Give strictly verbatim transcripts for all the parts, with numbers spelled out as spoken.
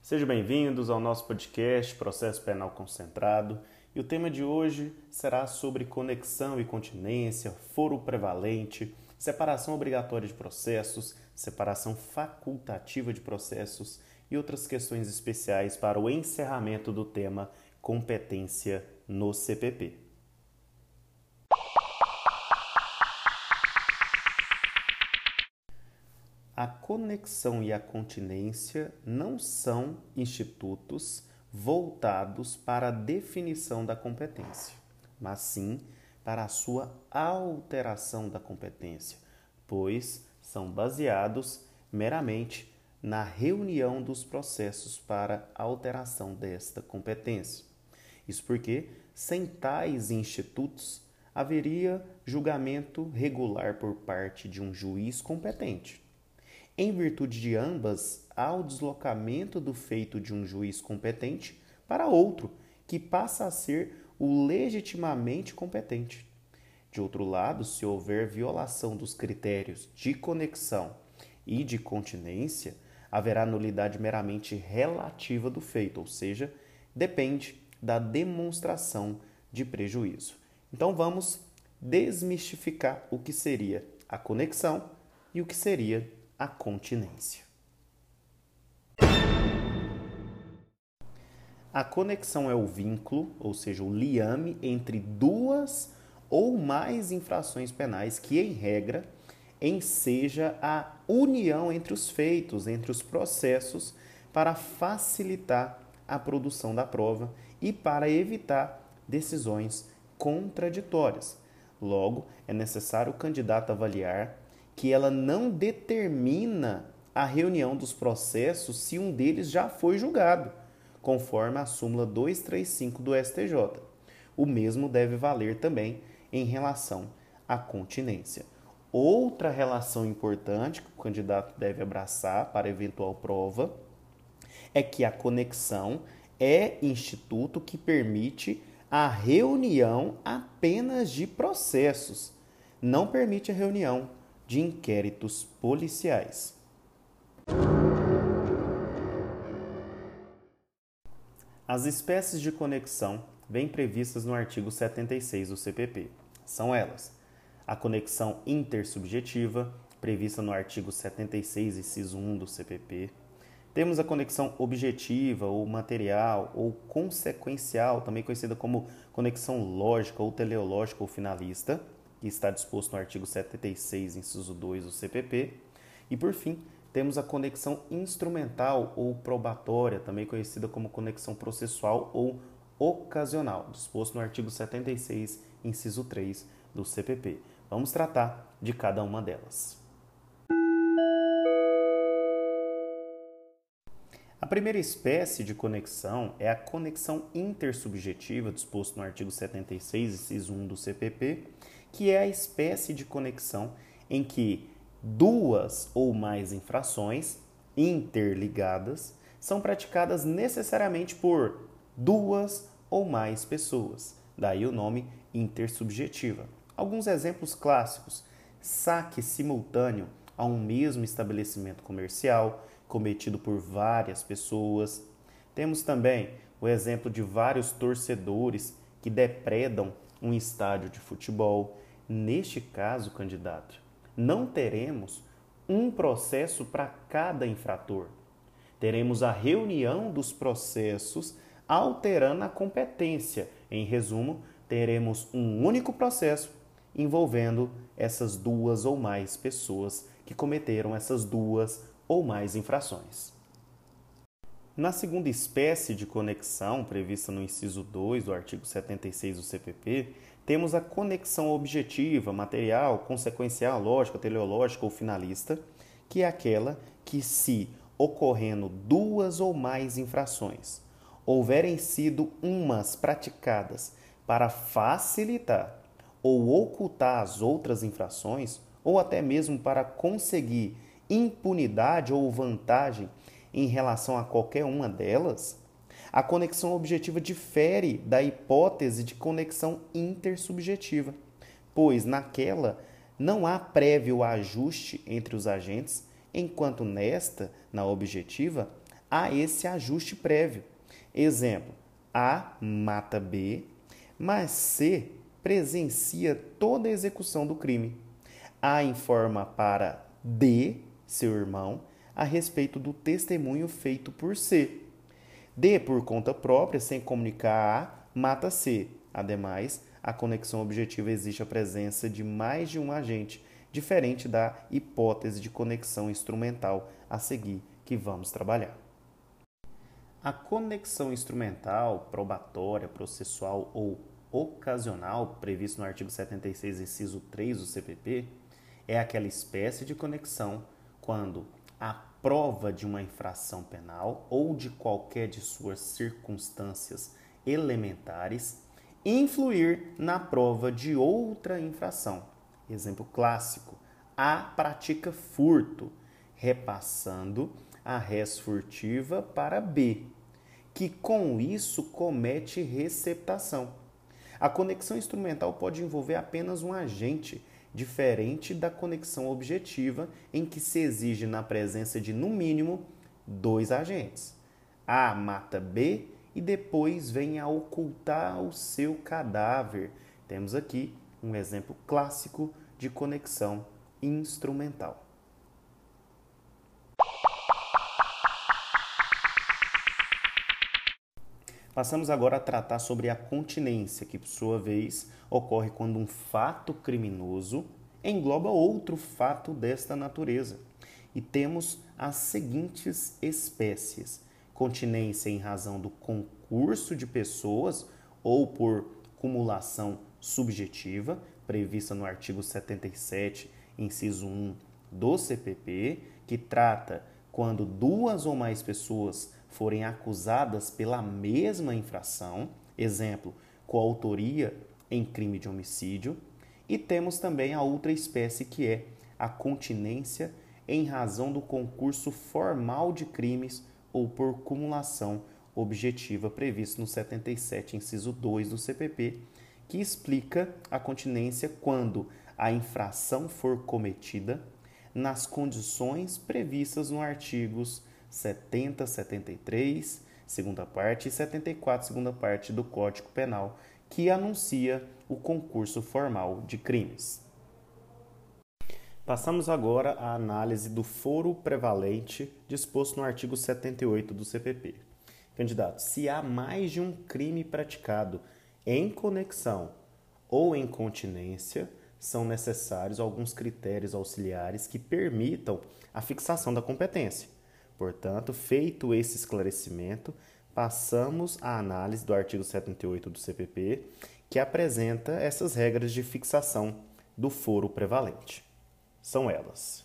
Sejam bem-vindos ao nosso podcast Processo Penal Concentrado e o tema de hoje será sobre conexão e continência, foro prevalente, separação obrigatória de processos, separação facultativa de processos e outras questões especiais para o encerramento do tema competência no C P P. A conexão e a continência não são institutos voltados para a definição da competência, mas sim para a sua alteração da competência, pois são baseados meramente na reunião dos processos para a alteração desta competência. Isso porque, sem tais institutos, haveria julgamento regular por parte de um juiz competente. Em virtude de ambas, há o deslocamento do feito de um juiz competente para outro, que passa a ser o legitimamente competente. De outro lado, se houver violação dos critérios de conexão e de continência, haverá nulidade meramente relativa do feito, ou seja, depende da demonstração de prejuízo. Então vamos desmistificar o que seria a conexão e o que seria a continência. A conexão é o vínculo, ou seja, o liame entre duas ou mais infrações penais que, em regra, enseja a união entre os feitos, entre os processos, para facilitar a produção da prova e para evitar decisões contraditórias. Logo, é necessário o candidato avaliar que ela não determina a reunião dos processos se um deles já foi julgado, conforme a súmula duzentos e trinta e cinco do S T J. O mesmo deve valer também em relação à continência. Outra relação importante que o candidato deve abraçar para eventual prova é que a conexão é instituto que permite a reunião apenas de processos, não permite a reunião de inquéritos policiais. As espécies de conexão vêm previstas no artigo setenta e seis do C P P. São elas: a conexão intersubjetiva, prevista no artigo setenta e seis, inciso um do C P P. Temos a conexão objetiva ou material ou consequencial, também conhecida como conexão lógica ou teleológica ou finalista, que está disposto no artigo setenta e seis, inciso dois do C P P. E, por fim, temos a conexão instrumental ou probatória, também conhecida como conexão processual ou ocasional, disposto no artigo setenta e seis, inciso três do C P P. Vamos tratar de cada uma delas. A primeira espécie de conexão é a conexão intersubjetiva, disposto no artigo setenta e seis, inciso um do C P P, que é a espécie de conexão em que duas ou mais infrações interligadas são praticadas necessariamente por duas ou mais pessoas. Daí o nome intersubjetiva. Alguns exemplos clássicos: saque simultâneo a um mesmo estabelecimento comercial, cometido por várias pessoas. Temos também o exemplo de vários torcedores que depredam um estádio de futebol. Neste caso, candidato, não teremos um processo para cada infrator. Teremos a reunião dos processos alterando a competência. Em resumo, teremos um único processo envolvendo essas duas ou mais pessoas que cometeram essas duas ou mais infrações. Na segunda espécie de conexão, prevista no inciso dois do artigo setenta e seis do C P P, temos a conexão objetiva, material, consequencial, lógica, teleológica ou finalista, que é aquela que, se ocorrendo duas ou mais infrações, houverem sido umas praticadas para facilitar ou ocultar as outras infrações, ou até mesmo para conseguir impunidade ou vantagem em relação a qualquer uma delas, a conexão objetiva difere da hipótese de conexão intersubjetiva, pois naquela não há prévio ajuste entre os agentes, enquanto nesta, na objetiva, a esse ajuste prévio. Exemplo, A mata B, mas C presencia toda a execução do crime. A informa para D, seu irmão, a respeito do testemunho feito por C. D, por conta própria, sem comunicar a, mata C. Ademais, a conexão objetiva existe a presença de mais de um agente, diferente da hipótese de conexão instrumental a seguir que vamos trabalhar. A conexão instrumental, probatória, processual ou ocasional, previsto no artigo setenta e seis, inciso três do C P P, é aquela espécie de conexão quando a prova de uma infração penal ou de qualquer de suas circunstâncias elementares influir na prova de outra infração. Exemplo clássico, A pratica furto, repassando a res furtiva para B, que com isso comete receptação. A conexão instrumental pode envolver apenas um agente, diferente da conexão objetiva, em que se exige na presença de, no mínimo, dois agentes. A mata B e depois vem a ocultar o seu cadáver. Temos aqui um exemplo clássico de conexão instrumental. Passamos agora a tratar sobre a continência, que por sua vez ocorre quando um fato criminoso engloba outro fato desta natureza. E temos as seguintes espécies: continência em razão do concurso de pessoas ou por cumulação subjetiva, prevista no artigo setenta e sete, inciso um do C P P, que trata quando duas ou mais pessoas forem acusadas pela mesma infração, exemplo, coautoria em crime de homicídio. E temos também a outra espécie, que é a continência em razão do concurso formal de crimes ou por cumulação objetiva, previsto no setenta e sete, inciso dois do C P P, que explica a continência quando a infração for cometida nas condições previstas no artigos setenta, setenta e três, segunda parte, e setenta e quatro, segunda parte do Código Penal, que anuncia o concurso formal de crimes. Passamos agora à análise do foro prevalente disposto no artigo setenta e oito do C P P. Candidato, se há mais de um crime praticado em conexão ou em continência, são necessários alguns critérios auxiliares que permitam a fixação da competência. Portanto, feito esse esclarecimento, passamos à análise do artigo setenta e oito do C P P, que apresenta essas regras de fixação do foro prevalente. São elas: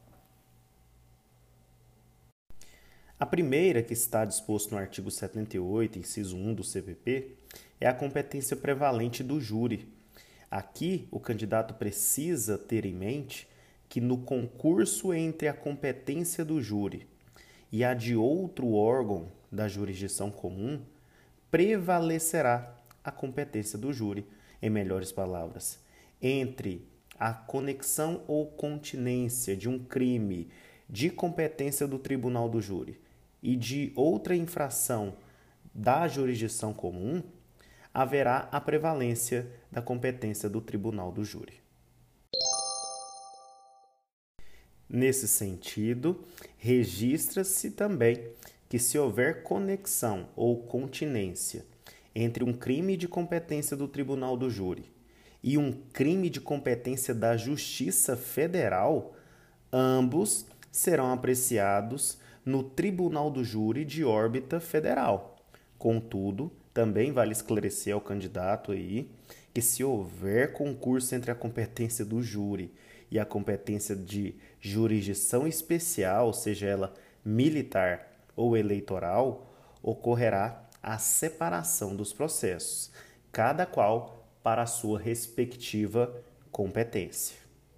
a primeira, que está disposto no artigo setenta e oito, inciso um do C P P, é a competência prevalente do júri. Aqui, o candidato precisa ter em mente que no concurso entre a competência do júri e a de outro órgão da jurisdição comum, prevalecerá a competência do júri. Em melhores palavras, entre a conexão ou continência de um crime de competência do tribunal do júri e de outra infração da jurisdição comum, haverá a prevalência da competência do tribunal do júri. Nesse sentido, registra-se também que, se houver conexão ou continência entre um crime de competência do tribunal do júri e um crime de competência da Justiça Federal, ambos serão apreciados no tribunal do júri de órbita federal. Contudo, também vale esclarecer ao candidato aí que, se houver concurso entre a competência do júri e a competência de jurisdição especial, seja ela militar ou eleitoral, ocorrerá a separação dos processos, cada qual para a sua respectiva competência.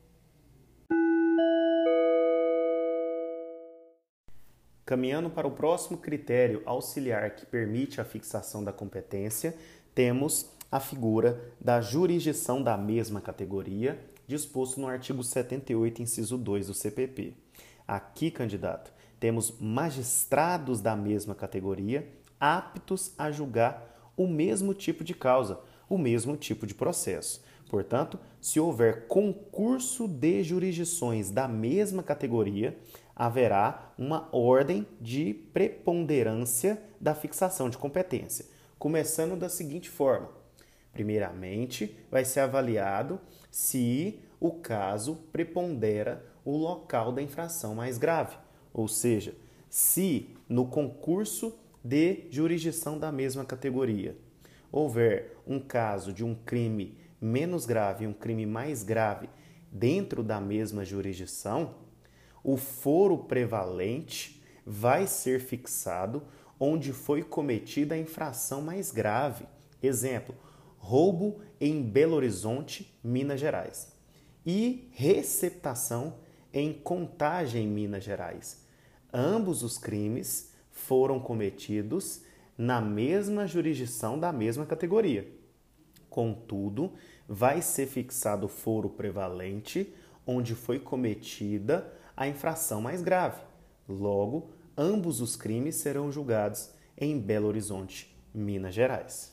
Caminhando para o próximo critério auxiliar que permite a fixação da competência, temos a figura da jurisdição da mesma disposto no artigo setenta e oito, inciso dois do C P P. Aqui, candidato, temos magistrados da mesma categoria aptos a julgar o mesmo tipo de causa, o mesmo tipo de processo. Portanto, se houver concurso de jurisdições da mesma categoria, haverá uma ordem de preponderância da fixação de competência, começando da seguinte forma. Primeiramente, vai ser avaliado se o caso prepondera o local da infração mais grave, ou seja, se no concurso de jurisdição da mesma categoria houver um caso de um crime menos grave e um crime mais grave dentro da mesma jurisdição, o foro prevalente vai ser fixado onde foi cometida a infração mais grave. Exemplo, roubo em Belo Horizonte, Minas Gerais. E receptação em Contagem, Minas Gerais. Ambos os crimes foram cometidos na mesma jurisdição da mesma categoria. Contudo, vai ser fixado o foro prevalente onde foi cometida a infração mais grave. Logo, ambos os crimes serão julgados em Belo Horizonte, Minas Gerais.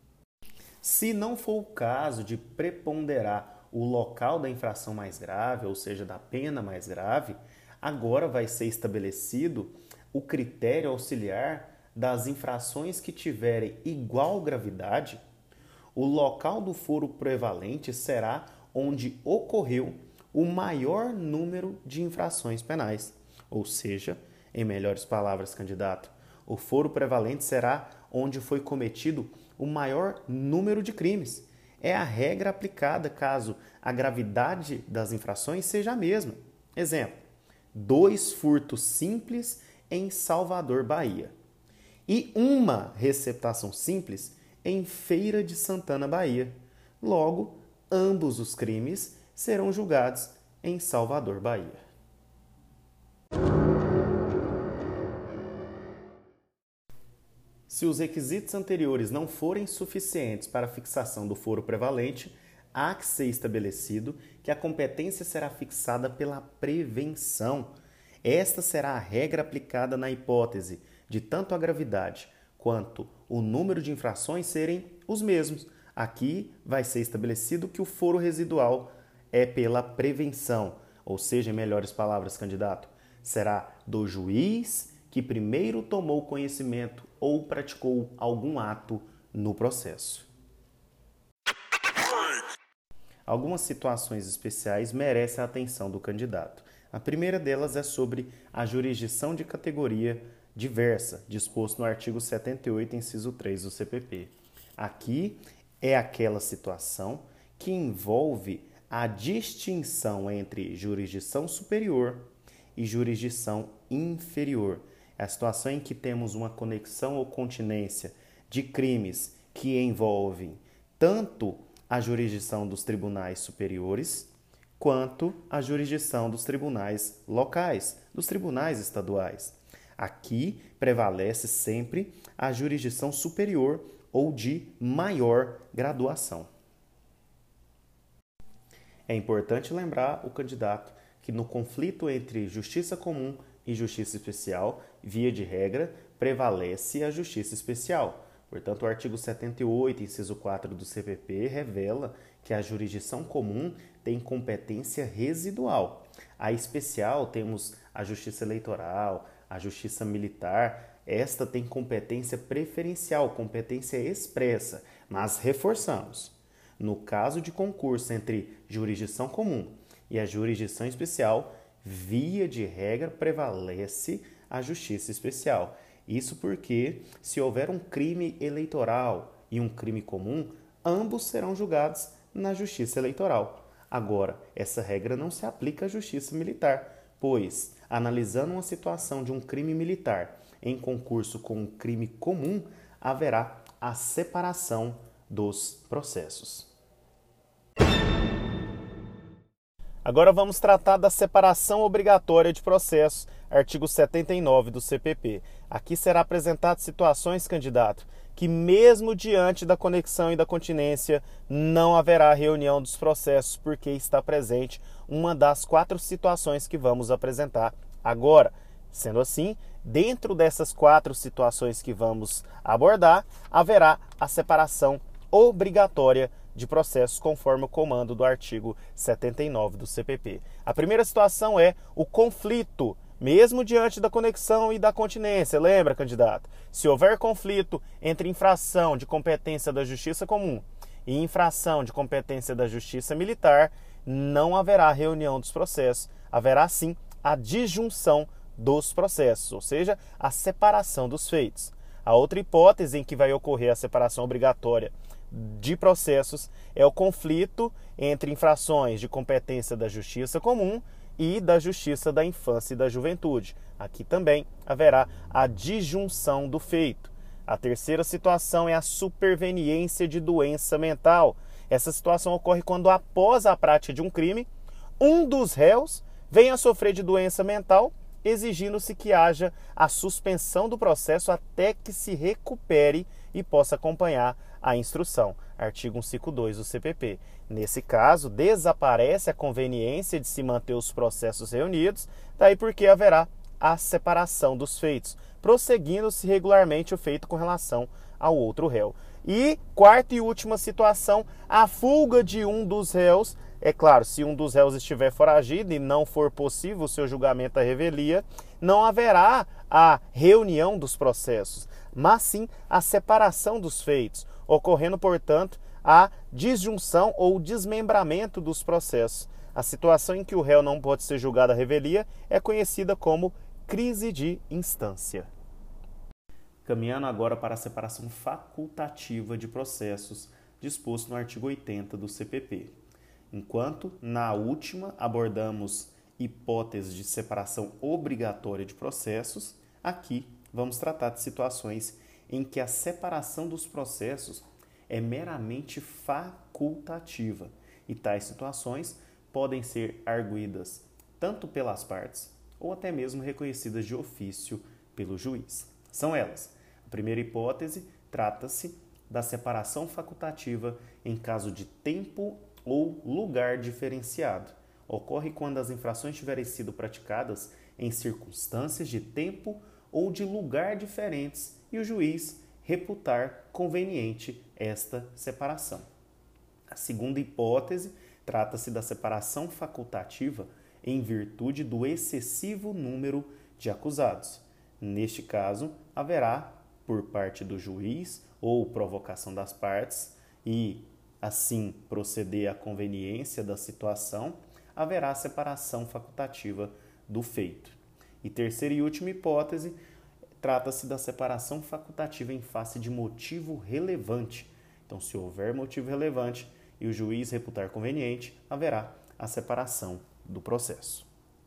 Se não for o caso de preponderar o local da infração mais grave, ou seja, da pena mais grave, agora vai ser estabelecido o critério auxiliar das infrações que tiverem igual gravidade. O local do foro prevalente será onde ocorreu o maior número de infrações penais. Ou seja, em melhores palavras, candidato, o foro prevalente será onde foi cometido o maior número de crimes. É a regra aplicada caso a gravidade das infrações seja a mesma. Exemplo, dois furtos simples em Salvador, Bahia, e uma receptação simples em Feira de Santana, Bahia. Logo, ambos os crimes serão julgados em Salvador, Bahia. Se os requisitos anteriores não forem suficientes para a fixação do foro prevalente, há que ser estabelecido que a competência será fixada pela prevenção. Esta será a regra aplicada na hipótese de tanto a gravidade quanto o número de infrações serem os mesmos. Aqui vai ser estabelecido que o foro residual é pela prevenção, ou seja, em melhores palavras, candidato, será do juiz que primeiro tomou conhecimento ou praticou algum ato no processo. Algumas situações especiais merecem a atenção do candidato. A primeira delas é sobre a jurisdição de categoria diversa, disposto no artigo setenta e oito, inciso três do C P P. Aqui é aquela situação que envolve a distinção entre jurisdição superior e jurisdição inferior. É a situação em que temos uma conexão ou continência de crimes que envolvem tanto a jurisdição dos tribunais superiores quanto a jurisdição dos tribunais locais, dos tribunais estaduais. Aqui prevalece sempre a jurisdição superior ou de maior graduação. É importante lembrar o candidato que no conflito entre justiça comum e justiça especial, via de regra, prevalece a justiça especial. Portanto, o artigo setenta e oito, inciso quatro do C P P, revela que a jurisdição comum tem competência residual. A especial temos a justiça eleitoral, a justiça militar. Esta tem competência preferencial, competência expressa, mas reforçamos. No caso de concurso entre jurisdição comum e a jurisdição especial, via de regra, prevalece a justiça especial. Isso porque, se houver um crime eleitoral e um crime comum, ambos serão julgados na justiça eleitoral. Agora, essa regra não se aplica à justiça militar, pois, analisando uma situação de um crime militar em concurso com um crime comum, haverá a separação dos processos. Agora vamos tratar da separação obrigatória de processos, artigo setenta e nove do C P P. Aqui será apresentado situações, candidato, que mesmo diante da conexão e da continência, não haverá reunião dos processos, porque está presente uma das quatro situações que vamos apresentar agora. Sendo assim, dentro dessas quatro situações que vamos abordar, haverá a separação obrigatória de processos conforme o comando do artigo setenta e nove do C P P. A primeira situação é o conflito, mesmo diante da conexão e da continência. Lembra, candidato? Se houver conflito entre infração de competência da Justiça Comum e infração de competência da Justiça Militar, não haverá reunião dos processos, haverá sim a disjunção dos processos, ou seja, a separação dos feitos. A outra hipótese em que vai ocorrer a separação obrigatória de processos é o conflito entre infrações de competência da Justiça Comum e da Justiça da Infância e da Juventude. Aqui também haverá a disjunção do feito. A terceira situação é a superveniência de doença mental. Essa situação ocorre quando, após a prática de um crime, um dos réus venha a sofrer de doença mental, exigindo-se que haja a suspensão do processo até que se recupere e possa acompanhar a instrução. Artigo cento e cinquenta e dois do C P P. Nesse caso, desaparece a conveniência de se manter os processos reunidos, daí porque haverá a separação dos feitos, prosseguindo-se regularmente o feito com relação ao outro réu. E, quarta e última situação, a fuga de um dos réus. É claro, se um dos réus estiver foragido e não for possível o seu julgamento à revelia, não haverá a reunião dos processos, mas sim a separação dos feitos, ocorrendo, portanto, a disjunção ou desmembramento dos processos. A situação em que o réu não pode ser julgado à revelia é conhecida como crise de instância. Caminhando agora para a separação facultativa de processos, disposto no artigo oitenta do C P P. Enquanto, na última, abordamos hipóteses de separação obrigatória de processos, aqui vamos tratar de situações em que a separação dos processos é meramente facultativa, e tais situações podem ser arguidas tanto pelas partes ou até mesmo reconhecidas de ofício pelo juiz. São elas: a primeira hipótese trata-se da separação facultativa em caso de tempo ou lugar diferenciado. Ocorre quando as infrações tiverem sido praticadas em circunstâncias de tempo ou de lugar diferentes e o juiz reputar conveniente esta separação. A segunda hipótese trata-se da separação facultativa em virtude do excessivo número de acusados. Neste caso, haverá, por parte do juiz ou provocação das partes, e assim proceder à conveniência da situação, haverá separação facultativa do feito. E terceira e última hipótese, trata-se da separação facultativa em face de motivo relevante. Então, se houver motivo relevante e o juiz reputar conveniente, haverá a separação do processo.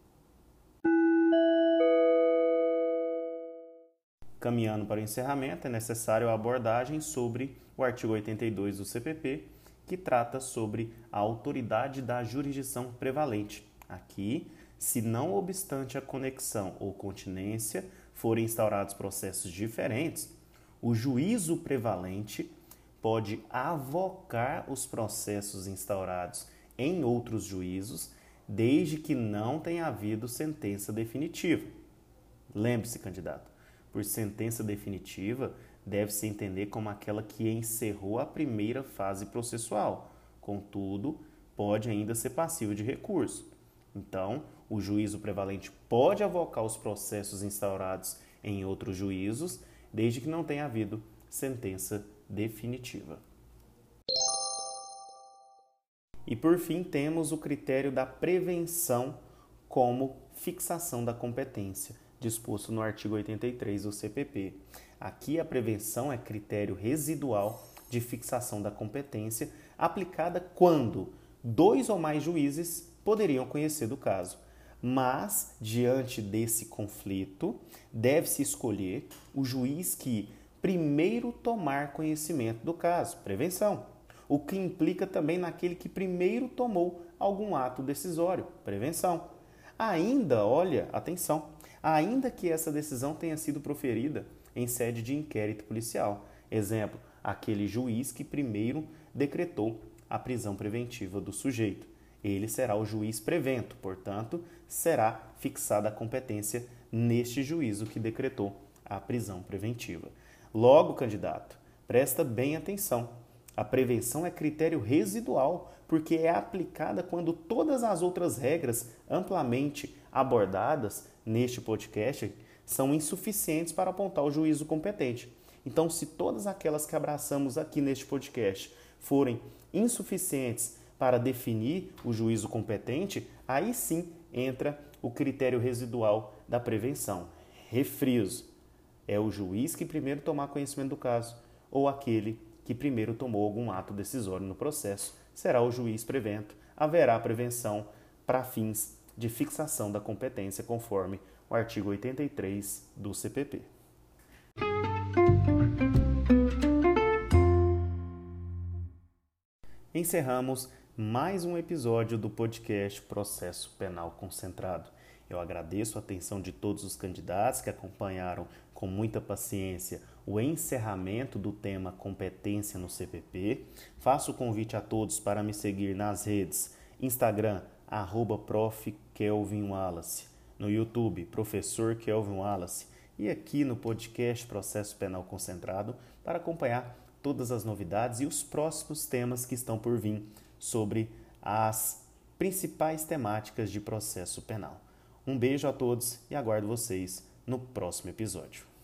Caminhando para o encerramento, é necessário a abordagem sobre o artigo oitenta e dois do C P P, que trata sobre a autoridade da jurisdição prevalente. Aqui, se não obstante a conexão ou continência forem instaurados processos diferentes, o juízo prevalente pode avocar os processos instaurados em outros juízos, desde que não tenha havido sentença definitiva. Lembre-se, candidato, por sentença definitiva, deve-se entender como aquela que encerrou a primeira fase processual. Contudo, pode ainda ser passível de recurso. Então, o juízo prevalente pode avocar os processos instaurados em outros juízos, desde que não tenha havido sentença definitiva. E, por fim, temos o critério da prevenção como fixação da competência, disposto no artigo oitenta e três do C P P. Aqui, a prevenção é critério residual de fixação da competência aplicada quando dois ou mais juízes poderiam conhecer do caso. Mas, diante desse conflito, deve-se escolher o juiz que primeiro tomar conhecimento do caso, prevenção, o que implica também naquele que primeiro tomou algum ato decisório, prevenção. Ainda, olha, atenção, ainda que essa decisão tenha sido proferida em sede de inquérito policial. Exemplo, aquele juiz que primeiro decretou a prisão preventiva do sujeito. ele será o juiz prevento, portanto, será fixada a competência neste juízo que decretou a prisão preventiva. Logo, candidato, presta bem atenção. A prevenção é critério residual, porque é aplicada quando todas as outras regras amplamente abordadas neste podcast são insuficientes para apontar o juízo competente. Então, se todas aquelas que abraçamos aqui neste podcast forem insuficientes para definir o juízo competente, aí sim entra o critério residual da prevenção. Refriso, é o juiz que primeiro tomar conhecimento do caso ou aquele que primeiro tomou algum ato decisório no processo, será o juiz prevento. Haverá prevenção para fins de fixação da competência conforme o artigo oitenta e três do C P P. Encerramos mais um episódio do podcast Processo Penal Concentrado. Eu agradeço a atenção de todos os candidatos que acompanharam com muita paciência o encerramento do tema competência no C P P. Faço o convite a todos para me seguir nas redes Instagram, arroba prof Kelvin Wallace, no YouTube, professor Kelvin Wallace, e aqui no podcast Processo Penal Concentrado para acompanhar todas as novidades e os próximos temas que estão por vir sobre as principais temáticas de processo penal. Um beijo a todos e aguardo vocês no próximo episódio.